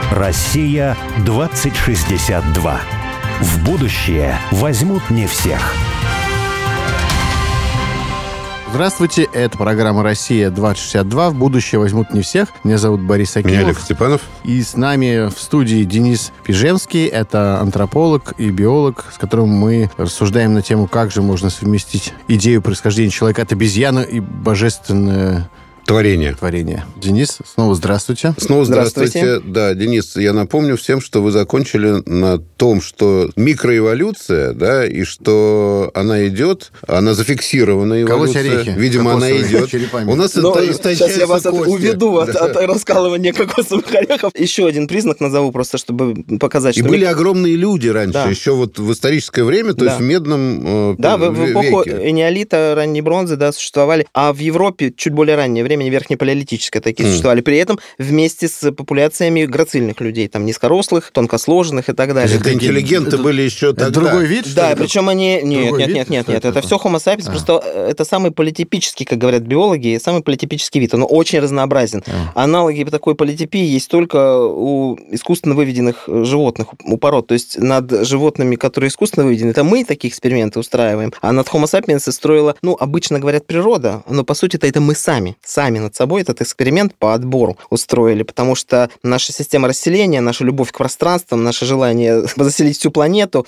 Россия 2062. В будущее возьмут не всех. Здравствуйте, это программа «Россия-2062». В будущее возьмут не всех. Меня зовут Борис Акимов. Меня Олег Степанов. И с нами в студии Денис Пижемский. Это антрополог и биолог, с которым мы рассуждаем на тему, как же можно совместить идею происхождения человека от обезьяны и божественное творение. Денис, снова здравствуйте. Снова здравствуйте. Да, Денис, я напомню всем, что вы закончили на том, что микроэволюция, да, и что она идет, она зафиксирована, эволюция. Колоть орехи. Видимо, она идет. Черепами. У нас сейчас я вас уведу от раскалывания кокосовых орехов. Еще один признак назову, просто чтобы показать, что... И были огромные люди раньше, еще вот в историческое время, то есть в медном веке. Да, в эпоху энеолита, ранней бронзы, да, существовали. А в Европе чуть более раннее время верхнепалеолитическое такие существовали. При этом вместе с популяциями грацильных людей, там, низкорослых, тонкосложных и так далее. Это интеллигенты были еще тогда. Другой вид, да, причем они... Нет. Это все Homo sapiens, просто это самый политипический, как говорят биологи, самый политипический вид. Он очень разнообразен. Аналоги такой политипии есть только у искусственно выведенных животных, у пород. То есть над животными, которые искусственно выведены, это мы такие эксперименты устраиваем, а над Homo sapiens строила, обычно говорят, природа, но по сути это мы сами над собой этот эксперимент по отбору устроили, потому что наша система расселения, наша любовь к пространствам, наше желание заселить всю планету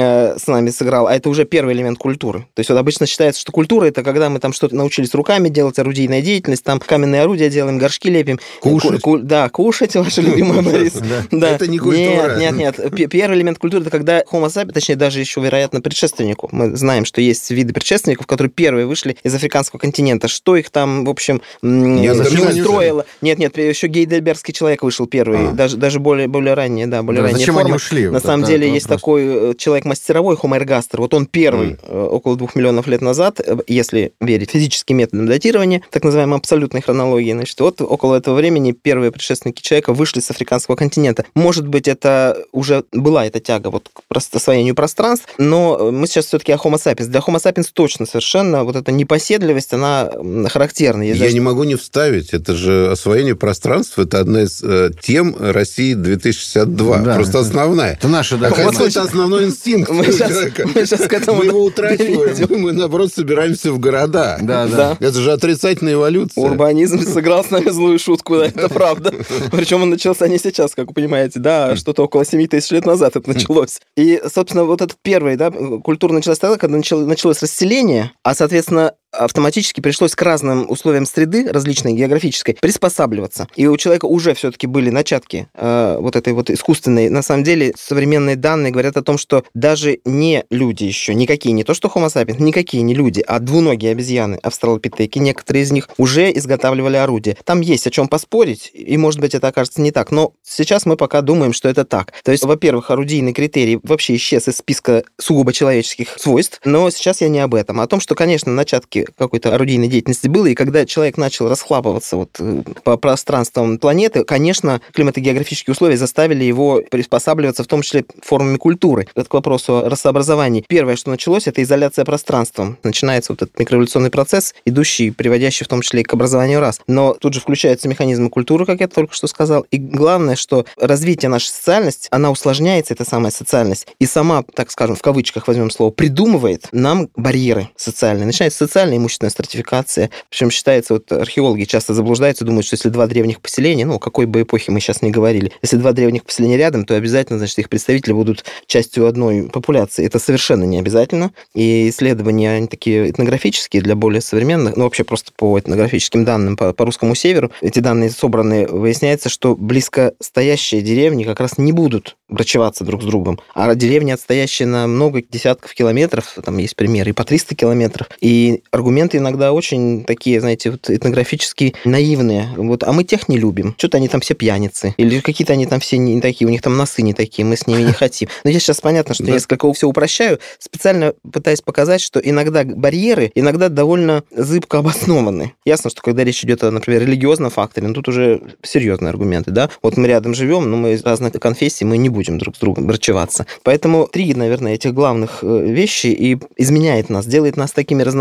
с нами сыграло, а это уже первый элемент культуры. То есть вот обычно считается, что культура — это когда мы там что-то научились руками делать, орудийная деятельность, там каменные орудия делаем, горшки лепим. Кушать. Да, кушать, ваша любимая, Борис. Это не культура. Нет. Первый элемент культуры — это когда Homo sapiens, точнее, даже еще, вероятно, предшественнику. Мы знаем, что есть виды предшественников, которые первые вышли из африканского континента. Что их там, в общем, не устроило. Нет, еще гейдельбергский человек вышел первый, даже более ранее, да, более ранняя форма. Зачем они ушли? На самом деле есть такой человек мастеровой, Homo ergaster. Вот он первый, около 2 миллионов лет назад, если верить физическим методам датирования, так называемой абсолютной хронологии, значит, вот около этого времени первые предшественники человека вышли с африканского континента. Может быть, это уже была эта тяга вот к освоению пространств, но мы сейчас все-таки о Homo sapiens. Для Homo sapiens точно совершенно вот эта непоседливость, она характерна. Я не могу не вставить. Это же освоение пространства, это одна из тем России 2062. Да, просто основная. Это наша, да. Это основной инстинкт человека. Мы сейчас к этому... Мы его утрачиваем, мы, наоборот, собираемся в города. Да. Это же отрицательная эволюция. Урбанизм сыграл с нами злую шутку, да, это правда. Причем он начался не сейчас, как вы понимаете, да, что-то около 7 тысяч лет назад это началось. И, собственно, вот этот первый, да, культура началась тогда, когда началось расселение, а, соответственно, автоматически пришлось к разным условиям среды, различной географической, приспосабливаться. И у человека уже все-таки были начатки вот этой вот искусственной. На самом деле, современные данные говорят о том, что даже не люди еще, никакие, не то что Homo sapiens, никакие не люди, а двуногие обезьяны, австралопитеки, некоторые из них уже изготавливали орудия. Там есть о чем поспорить, и, может быть, это окажется не так, но сейчас мы пока думаем, что это так. То есть, во-первых, орудийный критерий вообще исчез из списка сугубо человеческих свойств, но сейчас я не об этом, а о том, что, конечно, начатки какой-то орудийной деятельности было, и когда человек начал расхлапываться вот по пространствам планеты, конечно, климатогеографические условия заставили его приспосабливаться, в том числе формами культуры. Это к вопросу о расообразовании. Первое, что началось, это изоляция пространством. Начинается вот этот микроэволюционный процесс, идущий, приводящий в том числе и к образованию рас. Но тут же включаются механизмы культуры, как я только что сказал. И главное, что развитие нашей социальности, она усложняется, эта самая социальность, и сама, так скажем, в кавычках возьмем слово, придумывает нам барьеры социальные. Начинается социальная имущественная стратификация. Причем считается, вот археологи часто заблуждаются, думают, что если два древних поселения, о какой бы эпохе мы сейчас не говорили, если два древних поселения рядом, то обязательно, значит, их представители будут частью одной популяции. Это совершенно не обязательно. И исследования, они такие этнографические для более современных, вообще просто по этнографическим данным по русскому северу, эти данные собраны, выясняется, что близко стоящие деревни как раз не будут брачеваться друг с другом, а деревни, отстоящие на много десятков километров, там есть примеры и по 300 километров, и аргументы иногда очень такие, знаете, вот этнографически наивные. Вот, а мы тех не любим. Что-то они там все пьяницы. Или какие-то они там все не такие, у них там носы не такие, мы с ними не хотим. Но я сейчас понятно, что несколько все упрощаю, специально пытаясь показать, что иногда барьеры, иногда довольно зыбко обоснованы. Ясно, что когда речь идет о, например, религиозном факторе, тут уже серьезные аргументы, да? Вот мы рядом живем, но мы из разных конфессий, мы не будем друг с другом брачеваться. Поэтому 3, наверное, этих главных вещи и изменяет нас, делает нас такими разнообразными,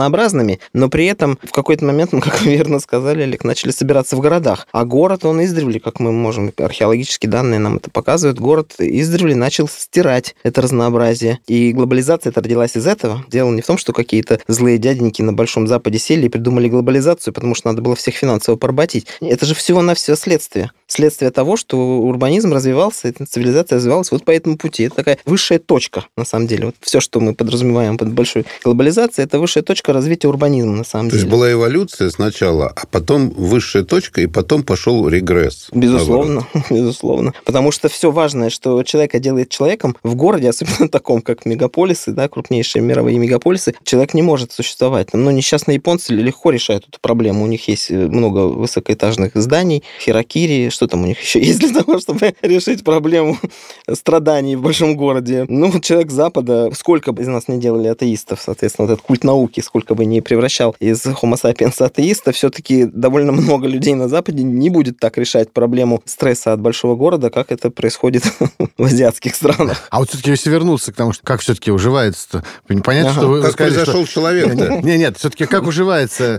местными, но при этом в какой-то момент, как вы верно сказали, Олег, начали собираться в городах. А город, он издревле, как мы можем, археологические данные нам это показывают, город издревле начал стирать это разнообразие. И глобализация это родилась из этого. Дело не в том, что какие-то злые дяденьки на Большом Западе сели и придумали глобализацию, потому что надо было всех финансово поработить. Это же всего-навсего следствие. Следствие того, что урбанизм развивался, цивилизация развивалась вот по этому пути. Это такая высшая точка, на самом деле. Вот все, что мы подразумеваем под большой глобализацией, это высшая точка развития урбанизма, на самом деле. То есть была эволюция сначала, а потом высшая точка, и потом пошел регресс. Безусловно, безусловно. Потому что все важное, что человека делает человеком, в городе, особенно таком, как мегаполисы, да, крупнейшие мировые мегаполисы, человек не может существовать. Но несчастные японцы легко решают эту проблему. У них есть много высокоэтажных зданий, хирокири, что там у них еще есть для того, чтобы решить проблему страданий в большом городе. Ну, человек Запада, сколько бы из нас не делали атеистов, соответственно, вот этот культ науки, сколько бы ни превращал из Homo sapiens атеиста, все-таки довольно много людей на Западе не будет так решать проблему стресса от большого города, как это происходит в азиатских странах. А вот все-таки если вернуться к тому, что как все-таки уживается-то, понятно, что вы как сказали, произошел человек-то? Нет, все-таки как уживается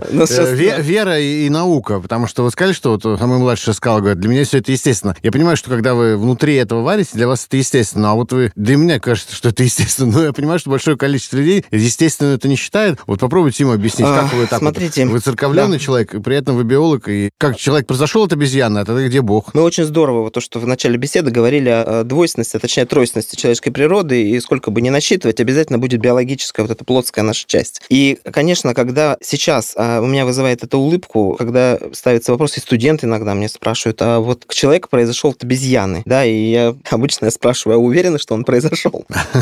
вера и наука, потому что вы сказали, что вот самый младший сказал, говорит, для меня все это естественно. Я понимаю, что когда вы внутри этого варите, для вас это естественно, а вот вы, для меня кажется, что это естественно, но я понимаю, что большое количество людей, естественно, это не считает. Вот попробуйте им объяснить, как вы так смотрите, вот, вы церковленный человек, и при этом вы биолог, и как человек произошел от обезьяны, а тогда где Бог? Мы очень здорово, то, что в начале беседы говорили о двойственности, точнее, тройственности человеческой природы, и сколько бы ни насчитывать, обязательно будет биологическая, вот эта плотская наша часть. И, конечно, когда сейчас у меня вызывает это улыбку, когда ставится вопрос, и студенты иногда мне спрашивают, а вот человек произошел от обезьяны, да, и я обычно спрашиваю, а уверены, что он произошел?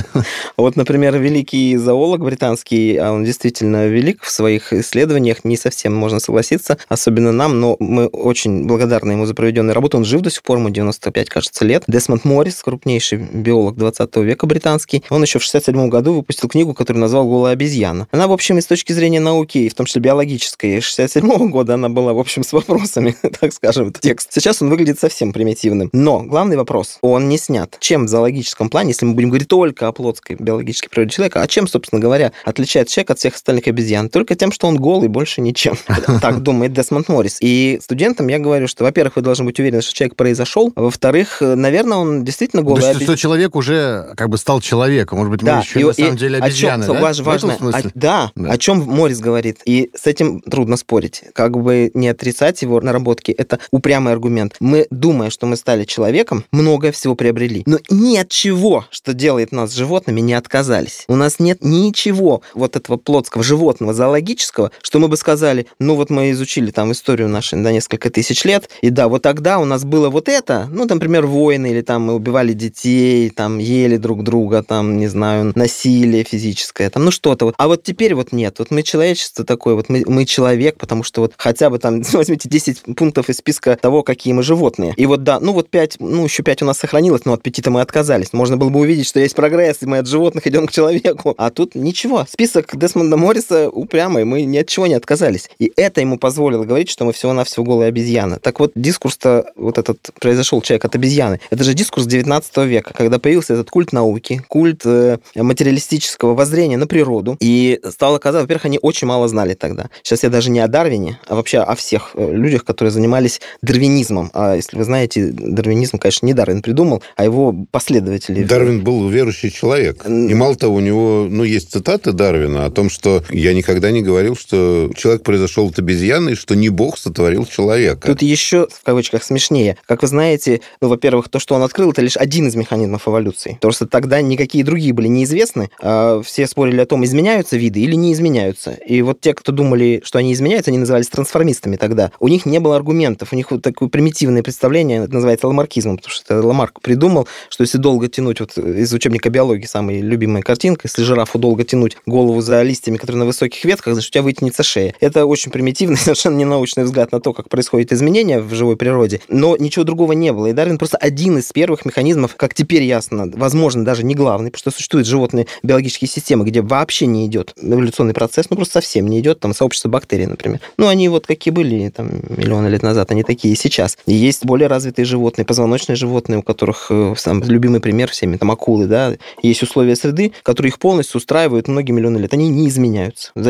Вот, например, великий зоолог британский, он действительно велик в своих исследованиях, не совсем можно согласиться, особенно нам, но мы очень благодарны ему за проведенную работу. Он жив до сих пор, ему 95, кажется, лет. Десмонд Моррис, крупнейший биолог 20 века британский, он еще в 67 году выпустил книгу, которую назвал «Голая обезьяна». Она, в общем, и с точки зрения науки, и в том числе биологической, 67 года она была, в общем, с вопросами, так скажем, этот текст. Сейчас он выглядит совсем примитивным. Но главный вопрос, он не снят. Чем в зоологическом плане, если мы будем говорить только о плотской биологической природе человека, а чем, собственно говоря, отличает человек от всех остальных обезьян? Только тем, что он голый, больше ничем. Так думает Десмонд Моррис. И студентам я говорю, что, во-первых, вы должны быть уверены, что человек произошел, а во-вторых, наверное, он действительно голый. То есть, что человек уже как бы стал человеком. Может быть, мы еще на самом деле обезьяны, да? Важно. Да, о чем Моррис говорит. И с этим трудно спорить. Как бы не отрицать его наработки, это упрямый аргумент. Мы, думая, что мы стали человеком, многое всего приобрели. Но ни от чего, что делает нас животными, не отказались. У нас нет ничего вот этого плотского, животного, зоологического, что мы бы сказали, ну вот мы изучили там историю нашу на несколько тысяч лет, и да, вот тогда у нас было вот это, ну, например, войны, или там мы убивали детей, там ели друг друга, там, не знаю, насилие физическое, там, ну что-то вот. А вот теперь вот нет. Вот мы человечество такое, вот мы человек, потому что вот хотя бы там возьмите 10 пунктов из списка того, какие мы животные. И вот да, ну вот 5, ну еще 5 у нас сохранилось, но от 5-то мы отказались. Можно было бы увидеть, что есть прогресс, и мы от животных идем к человеку. А тут ничего. Список Десмонда Морриса упрямый, мы ни от чего не отказались. И это ему позволило говорить, что мы всего-навсего голые обезьяны. Так вот, дискурс-то вот этот произошел человек от обезьяны. Это же дискурс 19 века, когда появился этот культ науки, культ материалистического воззрения на природу. И стало казаться, во-первых, они очень мало знали тогда. Сейчас я даже не о Дарвине, а вообще о всех людях, которые занимались дарвинизмом. А если вы знаете, дарвинизм, конечно, не Дарвин придумал, а его последователи. Дарвин был верующий человек. И мало того, у него, есть цитаты Дарвина о том, что я никогда не говорил, что человек произошел от обезьяны, и что не Бог сотворил человека. Тут еще, в кавычках, смешнее. Как вы знаете, во-первых, то, что он открыл, это лишь один из механизмов эволюции. Потому что тогда никакие другие были неизвестны. Все спорили о том, изменяются виды или не изменяются. И вот те, кто думали, что они изменяются, они назывались трансформистами тогда. У них не было аргументов, у них вот такое примитивное представление, это называется ламаркизмом, потому что это Ламарк придумал, что если долго тянуть, вот из учебника биологии самая любимая картинка, если жирафу долго тянуть голову за листьями, которые на высоких ветках, значит, у тебя вытянется шея. Это очень примитивный, совершенно ненаучный взгляд на то, как происходят изменения в живой природе, но ничего другого не было. И Дарвин просто один из первых механизмов, как теперь ясно, возможно, даже не главный, потому что существуют животные биологические системы, где вообще не идет эволюционный процесс, просто совсем не идет, там, сообщество бактерий, например. Они вот какие были там миллионы лет назад, они такие и сейчас. И есть более развитые животные, позвоночные животные, у которых самый любимый пример всеми, там, акулы, да, есть условия среды, которые их полностью устраивают многие миллионы лет. Они не изменяются.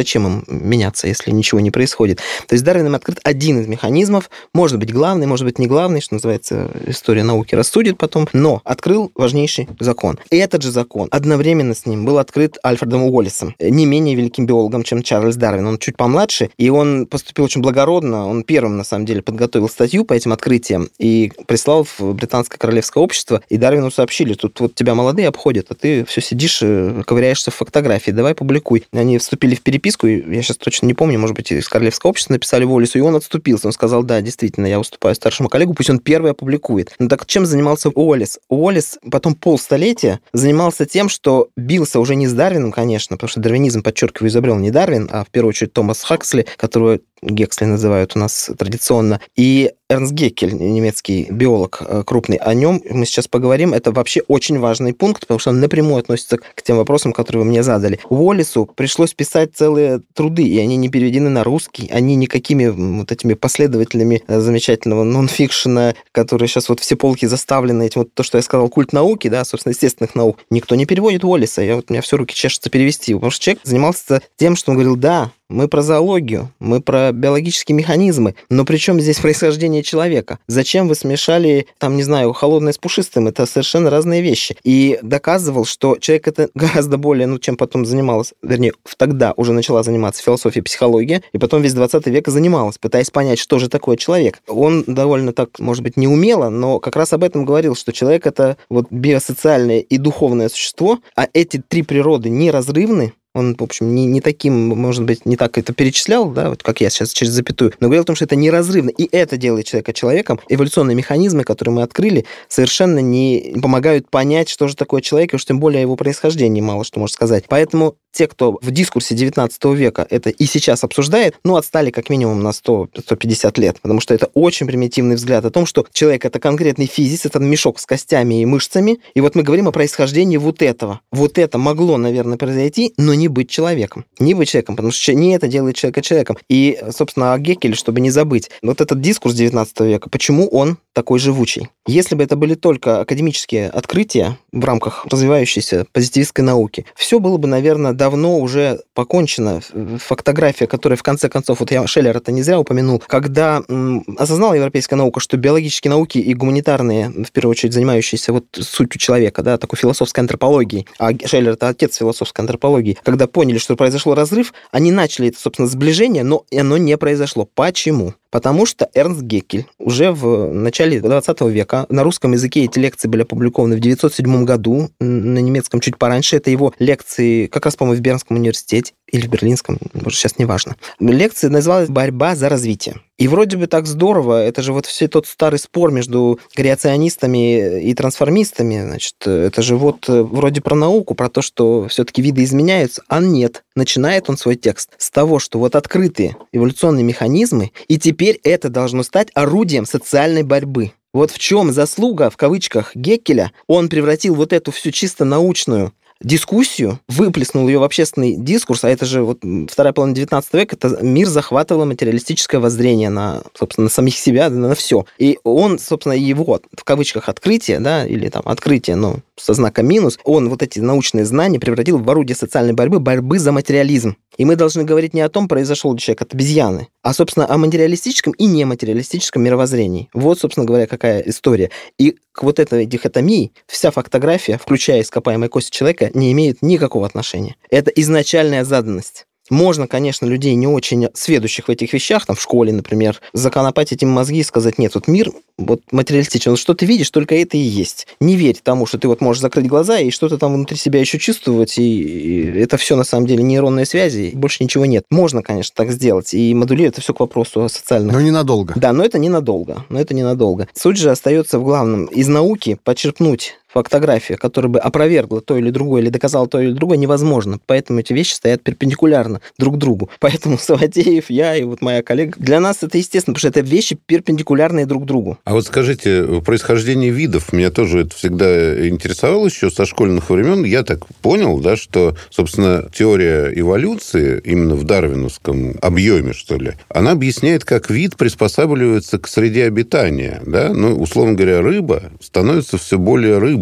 зачем им меняться, если ничего не происходит. То есть Дарвином открыт один из механизмов, может быть, главный, может быть, не главный, что называется, история науки рассудит потом, но открыл важнейший закон. И этот же закон одновременно с ним был открыт Альфредом Уоллесом, не менее великим биологом, чем Чарльз Дарвин. Он чуть помладше, и он поступил очень благородно, он первым, на самом деле, подготовил статью по этим открытиям и прислал в Британское королевское общество, и Дарвину сообщили, тут вот тебя молодые обходят, а ты все сидишь, ковыряешься в фотографии, давай публикуй. Они вступили в переписку, и я сейчас точно не помню, может быть, из королевского общества написали Уоллесу, и он отступился. Он сказал, да, действительно, я уступаю старшему коллегу, пусть он первый опубликует. Ну так чем занимался Уоллес? Уоллес потом полстолетия занимался тем, что бился уже не с Дарвином, конечно, потому что дарвинизм, подчеркиваю, изобрел не Дарвин, а в первую очередь Томас Хаксли, которого Гексли называют у нас традиционно, и Эрнст Геккель, немецкий биолог крупный. О нем мы сейчас поговорим. Это вообще очень важный пункт, потому что он напрямую относится к тем вопросам, которые вы мне задали. Уоллесу пришлось писать целые труды, и они не переведены на русский, они никакими вот этими последователями замечательного нон-фикшена, которые сейчас вот все полки заставлены этим, вот то, что я сказал, культ науки, да, собственно, естественных наук. Никто не переводит Уоллеса. У меня все руки чешутся перевести, потому что человек занимался тем, что он говорил, да, мы про зоологию, мы про биологические механизмы, но при чем здесь происхождение человека? Зачем вы смешали, там, не знаю, холодное с пушистым? Это совершенно разные вещи. И доказывал, что человек это гораздо более, чем потом занималась, вернее, тогда уже начала заниматься философией, психологией, и потом весь 20 век занималась, пытаясь понять, что же такое человек. Он довольно так, может быть, неумело, но как раз об этом говорил, что человек это вот биосоциальное и духовное существо, а эти три природы неразрывны. Он, в общем, не таким, может быть, не так это перечислял, да, вот как я сейчас через запятую, но говорил о том, что это неразрывно, и это делает человека человеком. Эволюционные механизмы, которые мы открыли, совершенно не помогают понять, что же такое человек, и уж тем более о его происхождении мало что можно сказать. Поэтому те, кто в дискурсе 19 века это и сейчас обсуждает, отстали как минимум на 100-150 лет, потому что это очень примитивный взгляд о том, что человек — это конкретный физис, это мешок с костями и мышцами, и вот мы говорим о происхождении вот этого. Вот это могло, наверное, произойти, но не быть человеком. Не быть человеком, потому что не это делает человека человеком. И, собственно, о Геккеле, чтобы не забыть, вот этот дискурс 19 века, почему он такой живучий? Если бы это были только академические открытия в рамках развивающейся позитивистской науки, все было бы, наверное, давно уже покончено. Фактография, которая, в конце концов, вот я Шеллера-то не зря упомянул, когда осознала европейская наука, что биологические науки и гуманитарные, в первую очередь, занимающиеся вот сутью человека, да, такой философской антропологией, а Шеллер — это отец философской антропологии, когда поняли, что произошел разрыв, они начали это, собственно, сближение, но оно не произошло. Почему? Потому что Эрнст Геккель уже в начале 20 века, на русском языке эти лекции были опубликованы в 1907 году, на немецком чуть пораньше, это его лекции, как раз, по-моему, в Бернском университете, или в Берлинском, может, сейчас не важно. Лекция называлась «Борьба за развитие». И вроде бы так здорово, это же вот все тот старый спор между креационистами и трансформистами, значит, это же вот вроде про науку, про то, что все-таки виды изменяются, а нет. Начинает он свой текст с того, что вот открытые эволюционные механизмы, и теперь это должно стать орудием социальной борьбы. Вот в чем заслуга, в кавычках, Геккеля, он превратил вот эту всю чисто научную дискуссию, выплеснул ее в общественный дискурс, а это же вот вторая половина 19 века, это мир захватывало материалистическое воззрение на, собственно, на самих себя, на все. И он, собственно, его, в кавычках, открытие, да, или там открытие, но со знаком минус, он вот эти научные знания превратил в орудие социальной борьбы за материализм. И мы должны говорить не о том, произошел ли человек от обезьяны, а, собственно, о материалистическом и нематериалистическом мировоззрении. Вот, собственно говоря, какая история. И к вот этой дихотомии вся фактография, включая ископаемые кости человека, не имеет никакого отношения. Это изначальная заданность. Можно, конечно, людей не очень сведущих в этих вещах, там в школе, например, законопатить им мозги и сказать, нет, вот мир вот материалистичен, вот что ты видишь, только это и есть. Не верь тому, что ты вот можешь закрыть глаза и что-то там внутри себя еще чувствовать, и это все на самом деле нейронные связи, и больше ничего нет. Можно, конечно, так сделать, и модулировать это все к вопросу о социальных... Но ненадолго. Да, но это ненадолго. Суть же остается в главном. Из науки почерпнуть фактография, которая бы опровергла то или другое, или доказала то или другое, невозможно. Поэтому эти вещи стоят перпендикулярно друг другу. Поэтому Саватеев, я и вот моя коллега, для нас это естественно, потому что это вещи перпендикулярные друг другу. А вот скажите, происхождение видов, меня тоже это всегда интересовало еще со школьных времен. Я так понял, да, что, собственно, теория эволюции, именно в дарвиновском объеме, что ли, она объясняет, как вид приспосабливается к среде обитания. Да? Ну, условно говоря, рыба становится все более рыбой.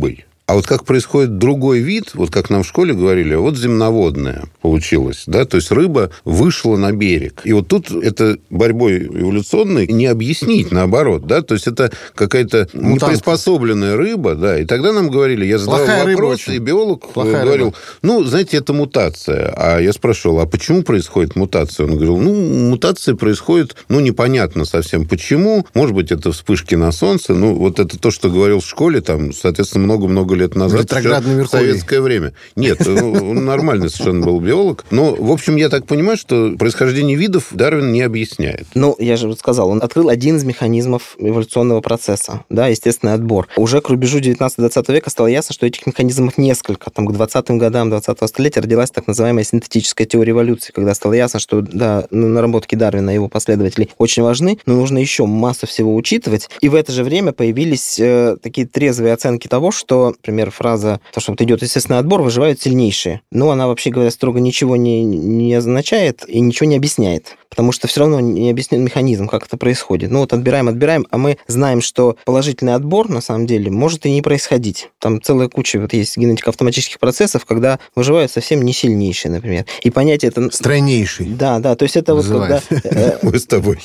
А вот как происходит другой вид, вот как нам в школе говорили, вот земноводная получилась, да, то есть рыба вышла на берег. И вот тут это борьбой эволюционной не объяснить, наоборот, да, то есть это какая-то неприспособленная рыба, да, и тогда нам говорили, я задавал вопрос, и биолог говорил, знаете, это мутация. А я спрашивал, а почему происходит мутация? Он говорил, мутация происходит, непонятно совсем почему, может быть, это вспышки на Солнце, вот это то, что говорил в школе, там, соответственно, много-много лет назад, в советское время. Нет, он нормальный совершенно был биолог, но, в общем, я так понимаю, что происхождение видов Дарвин не объясняет. Я же сказал, он открыл один из механизмов эволюционного процесса, да, естественный отбор. Уже к рубежу 19-20 века стало ясно, что этих механизмов несколько. Там, к 20-м годам 20-го столетия родилась так называемая синтетическая теория эволюции, когда стало ясно, что, да, наработки Дарвина и его последователей очень важны, но нужно еще массу всего учитывать. И в это же время появились такие трезвые оценки того, что, например, фраза, то, что идет естественный отбор, выживают сильнейшие. Она, вообще говоря, строго ничего не означает и ничего не объясняет. Потому что все равно не объяснен механизм, как это происходит. Отбираем, а мы знаем, что положительный отбор, на самом деле, может и не происходить. Там целая куча, есть генетика автоматических процессов, когда выживают совсем не сильнейшие, например. И понятие это... Стройнейший. Да, то есть это называется. Когда... Мы с тобой.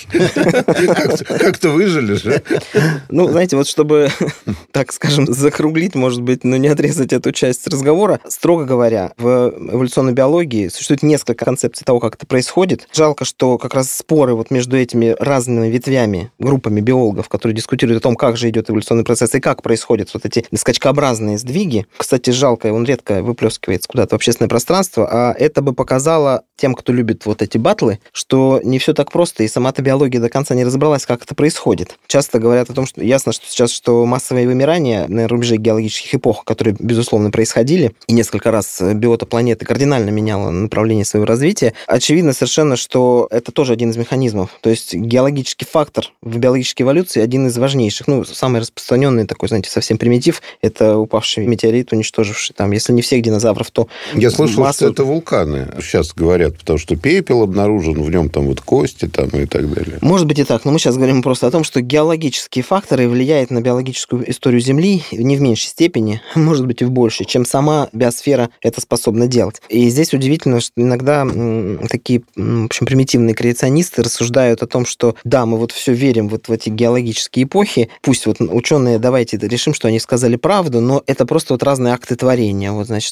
Как-то выжили же. Знаете, чтобы, так скажем, закруглить, может быть, но не отрезать эту часть разговора, строго говоря, в эволюционной биологии существует несколько концепций того, как это происходит. Жалко, что как раз споры между этими разными ветвями, группами биологов, которые дискутируют о том, как же идет эволюционный процесс и как происходят эти скачкообразные сдвиги. Кстати, жалко, он редко выплескивается куда-то в общественное пространство, а это бы показало тем, кто любит эти баттлы, что не все так просто, и сама-то биология до конца не разобралась, как это происходит. Часто говорят о том, что ясно, что сейчас, что массовое вымирание на рубеже геологических эпох, которые, безусловно, происходили, и несколько раз биота планеты кардинально меняла направление своего развития, очевидно совершенно, что это тоже один из механизмов. То есть геологический фактор в биологической эволюции один из важнейших. Самый распространенный такой, знаете, совсем примитив, это упавший метеорит, уничтоживший там, если не всех динозавров, то... Я слышал, что это вулканы. Сейчас говорят, потому что пепел обнаружен, в нем там кости там и так далее. Может быть и так, но мы сейчас говорим просто о том, что геологические факторы влияют на биологическую историю Земли не в меньшей степени, может быть и в большей, чем сама биосфера это способна делать. И здесь удивительно, что иногда такие, в общем, примитивные креационисты рассуждают о том, что да, мы все верим в эти геологические эпохи, пусть ученые, давайте решим, что они сказали правду, но это просто разные акты творения. Значит,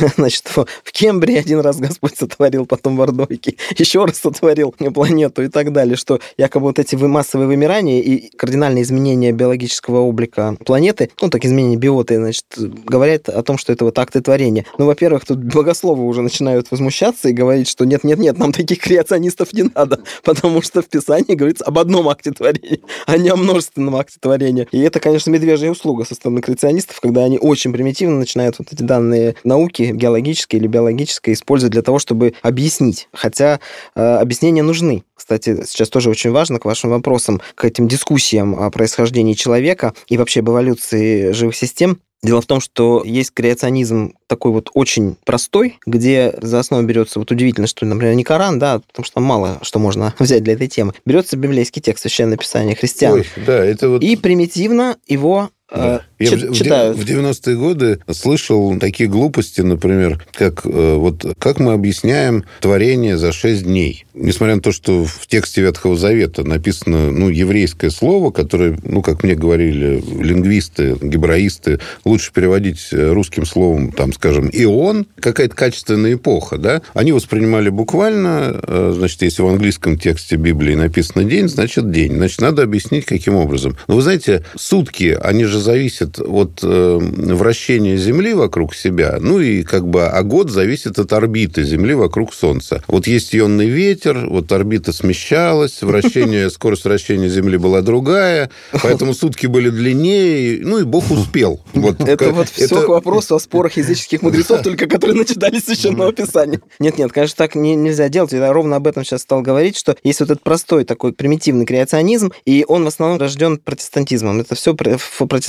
в Кембрии один раз Господь сотворил, потом в Ордойке еще раз сотворил планету и так далее, что якобы эти массовые вымирания и кардинальные изменения биологического облика планеты, так изменения биоты, говорят о том, что это акты творения. Во-первых, тут богословы уже начинают возмущаться и говорить, что нет, нам таких креационистов не надо, потому что в Писании говорится об одном акте творения, а не о множественном акте творения. И это, конечно, медвежья услуга со стороны креационистов, когда они очень примитивно начинают эти данные науки, геологические или биологические, использовать для того, чтобы объяснить. Хотя объяснения нужны. Кстати, сейчас тоже очень важно к вашим вопросам, к этим дискуссиям о происхождении человека и вообще об эволюции живых систем. Дело в том, что есть креационизм такой очень простой, где за основу берется, удивительно, что, например, не Коран, да, потому что там мало что можно взять для этой темы. Берется библейский текст, Священное Писание христиан. Ой, да, это и примитивно его... Да. Я читают. В 90-е годы слышал такие глупости, например, как мы объясняем творение за 6 дней. Несмотря на то, что в тексте Ветхого Завета написано еврейское слово, которое, как мне говорили лингвисты, гебраисты, лучше переводить русским словом, там, скажем, «ион», какая-то качественная эпоха, да, они воспринимали буквально, значит, если в английском тексте Библии написано «день», значит «день». Значит, надо объяснить, каким образом. Но вы знаете, сутки, они же зависят от вращения Земли вокруг себя, а год зависит от орбиты Земли вокруг Солнца. Есть ионный ветер, орбита смещалась, скорость вращения Земли была другая, поэтому сутки были длиннее, и Бог успел. Это все к вопросу о спорах языческих мудрецов, только которые начитались Священного Писания. Нет, конечно, так нельзя делать. Я ровно об этом сейчас стал говорить, что есть этот простой такой примитивный креационизм, и он в основном рожден протестантизмом. Это все протестантские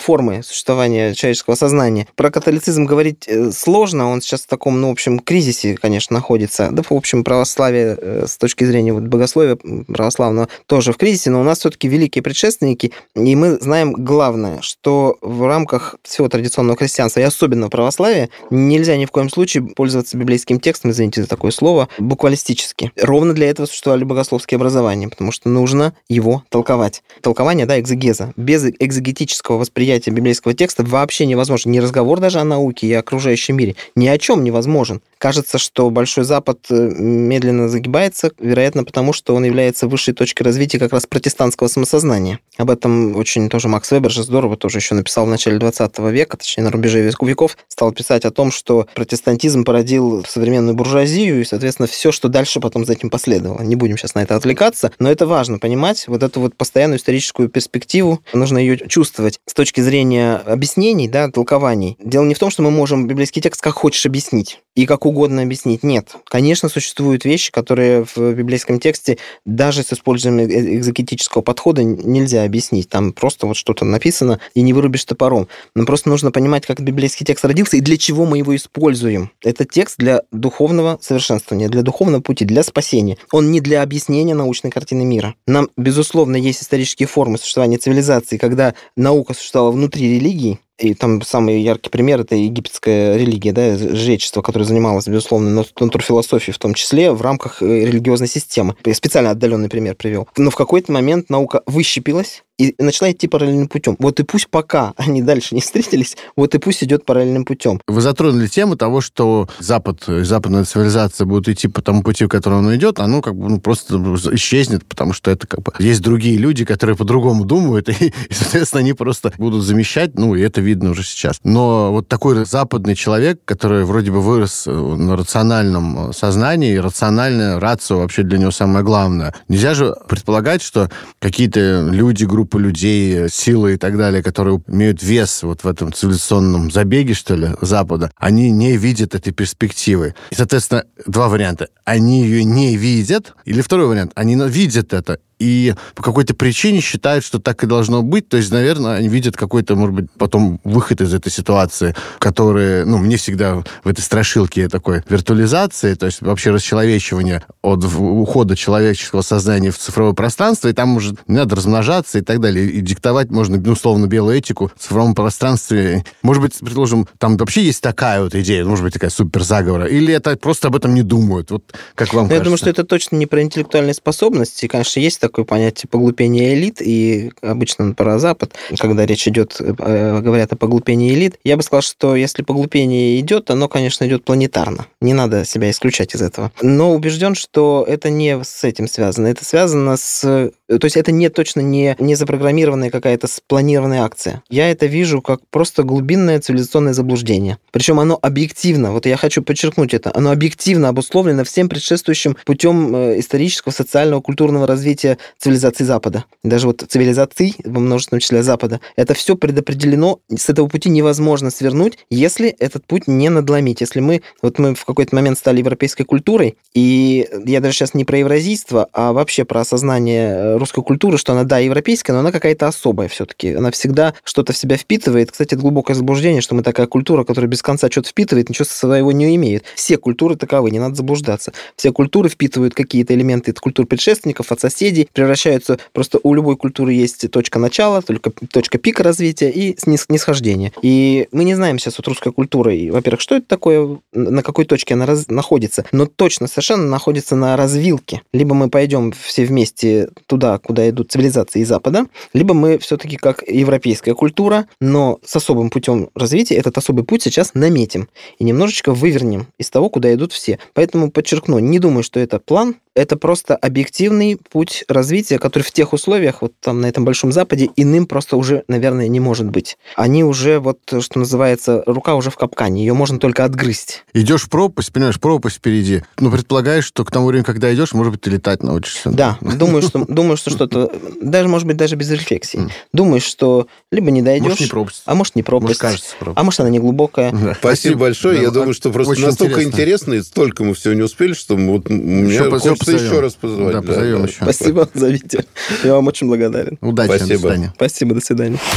формы существования человеческого сознания. Про католицизм говорить сложно, он сейчас в таком, в общем, кризисе, конечно, находится. Да, в общем, православие с точки зрения богословия православного тоже в кризисе, но у нас все-таки великие предшественники, и мы знаем главное, что в рамках всего традиционного христианства, и особенно православия, нельзя ни в коем случае пользоваться библейским текстом, извините за такое слово, буквалистически. Ровно для этого существовали богословские образования, потому что нужно его толковать. Толкование, экзегеза. Без экзегетического восприятия библейского текста вообще невозможно. Ни разговор даже о науке и окружающем мире. Ни о чем невозможен. Кажется, что Большой Запад медленно загибается, вероятно, потому что он является высшей точкой развития как раз протестантского самосознания. Об этом очень тоже Макс Вебер же здорово тоже еще написал в начале 20 века, точнее, на рубеже веков, стал писать о том, что протестантизм породил современную буржуазию и, соответственно, все, что дальше потом за этим последовало. Не будем сейчас на это отвлекаться, но это важно понимать, вот эту вот постоянную историческую перспективу, нужно ее чувствовать с точки зрения объяснений, толкований. Дело не в том, что мы можем библейский текст как хочешь объяснить и как угодно объяснить. Нет. Конечно, существуют вещи, которые в библейском тексте даже с использованием экзегетического подхода нельзя объяснить. Там просто вот что-то написано, и не вырубишь топором. Но просто нужно понимать, как библейский текст родился и для чего мы его используем. Это текст для духовного совершенствования, для духовного пути, для спасения. Он не для объяснения научной картины мира. Нам, безусловно, есть исторические формы существования цивилизации, когда наука существовала внутри религии, и там самый яркий пример – это египетская религия, жречество, которое занималось, безусловно, натурфилософией в том числе в рамках религиозной системы. Я специально отдаленный пример привел. Но в какой-то момент наука выщепилась и начала идти параллельным путем. Вот и пусть пока они дальше не встретились, вот и пусть идет параллельным путем. Вы затронули тему того, что Запад, западная цивилизация будет идти по тому пути, в котором он идет, оно просто исчезнет, потому что это есть другие люди, которые по-другому думают, и, соответственно, они просто будут замещать, и это видно уже сейчас. Но вот такой западный человек, который вроде бы вырос на рациональном сознании, рациональная рацио вообще для него самое главное. Нельзя же предполагать, что какие-то люди, группы людей, силы и так далее, которые имеют вес вот в этом цивилизационном забеге, что ли, Запада, они не видят этой перспективы. И, соответственно, два варианта. Они ее не видят, или второй вариант. Они видят это и по какой-то причине считают, что так и должно быть. То есть, наверное, они видят какой-то, может быть, потом выход из этой ситуации, который, мне всегда в этой страшилке такой виртуализации, то есть вообще расчеловечивание от ухода человеческого сознания в цифровое пространство, и там уже не надо размножаться и так далее. И диктовать можно, условно, белую этику в цифровом пространстве. Может быть, предложим, там вообще есть такая вот идея, может быть, такая суперзаговора, или это просто об этом не думают? Вот как вам кажется? Я думаю, что это точно не про интеллектуальные способности. Конечно, есть такое понятие поглупения элит, и обычно про Запад, когда речь идет, говорят о поглупении элит, я бы сказал, что если поглупение идет, оно, конечно, идет планетарно. Не надо себя исключать из этого. Но убежден, что это не с этим связано. Это связано с... То есть это точно не запрограммированная какая-то спланированная акция. Я это вижу как просто глубинное цивилизационное заблуждение. Причем оно объективно, вот я хочу подчеркнуть это, оно объективно обусловлено всем предшествующим путем исторического, социального, культурного развития цивилизации Запада. Даже вот цивилизаций, во множественном числе Запада, это все предопределено, с этого пути невозможно свернуть, если этот путь не надломить. Если мы в какой-то момент стали европейской культурой, и я даже сейчас не про евразийство, а вообще про осознание русской культуры, что она, европейская, но она какая-то особая все-таки. Она всегда что-то в себя впитывает. Кстати, это глубокое заблуждение, что мы такая культура, которая без конца что-то впитывает, ничего своего не имеет. Все культуры таковы, не надо заблуждаться. Все культуры впитывают какие-то элементы от культур предшественников, от соседей, превращаются... Просто у любой культуры есть точка начала, только точка пика развития и нисхождения. И мы не знаем сейчас русской культуры, во-первых, что это такое, на какой точке она находится, но точно совершенно находится на развилке. Либо мы пойдем все вместе туда, куда идут цивилизации из Запада, либо мы все-таки как европейская культура, но с особым путем развития этот особый путь сейчас наметим и немножечко вывернем из того, куда идут все. Поэтому подчеркну, не думаю, что это план, это просто объективный путь развития, который в тех условиях, вот там на этом Большом Западе, иным просто уже, наверное, не может быть. Они уже, что называется, рука уже в капкане, ее можно только отгрызть. Идешь в пропасть, понимаешь, пропасть впереди. Предполагаешь, что к тому времени, когда идешь, может быть, ты летать научишься. Да, думаю, что что-то, даже, может быть, даже без рефлексии. Думаешь, что либо не дойдешь, может, не пропасть. А может, не пропасть. Может, кажется, пропасть. А может, она не глубокая. Да. Спасибо большое. Я думаю, что просто настолько интересно, и столько мы всего не успели, что мне хочется еще раз позвать. Да, позовем еще. Спасибо, зовите. Я вам очень благодарен. Удачи, спасибо. До свидания. Спасибо, до свидания.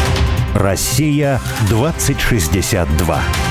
Россия 2062.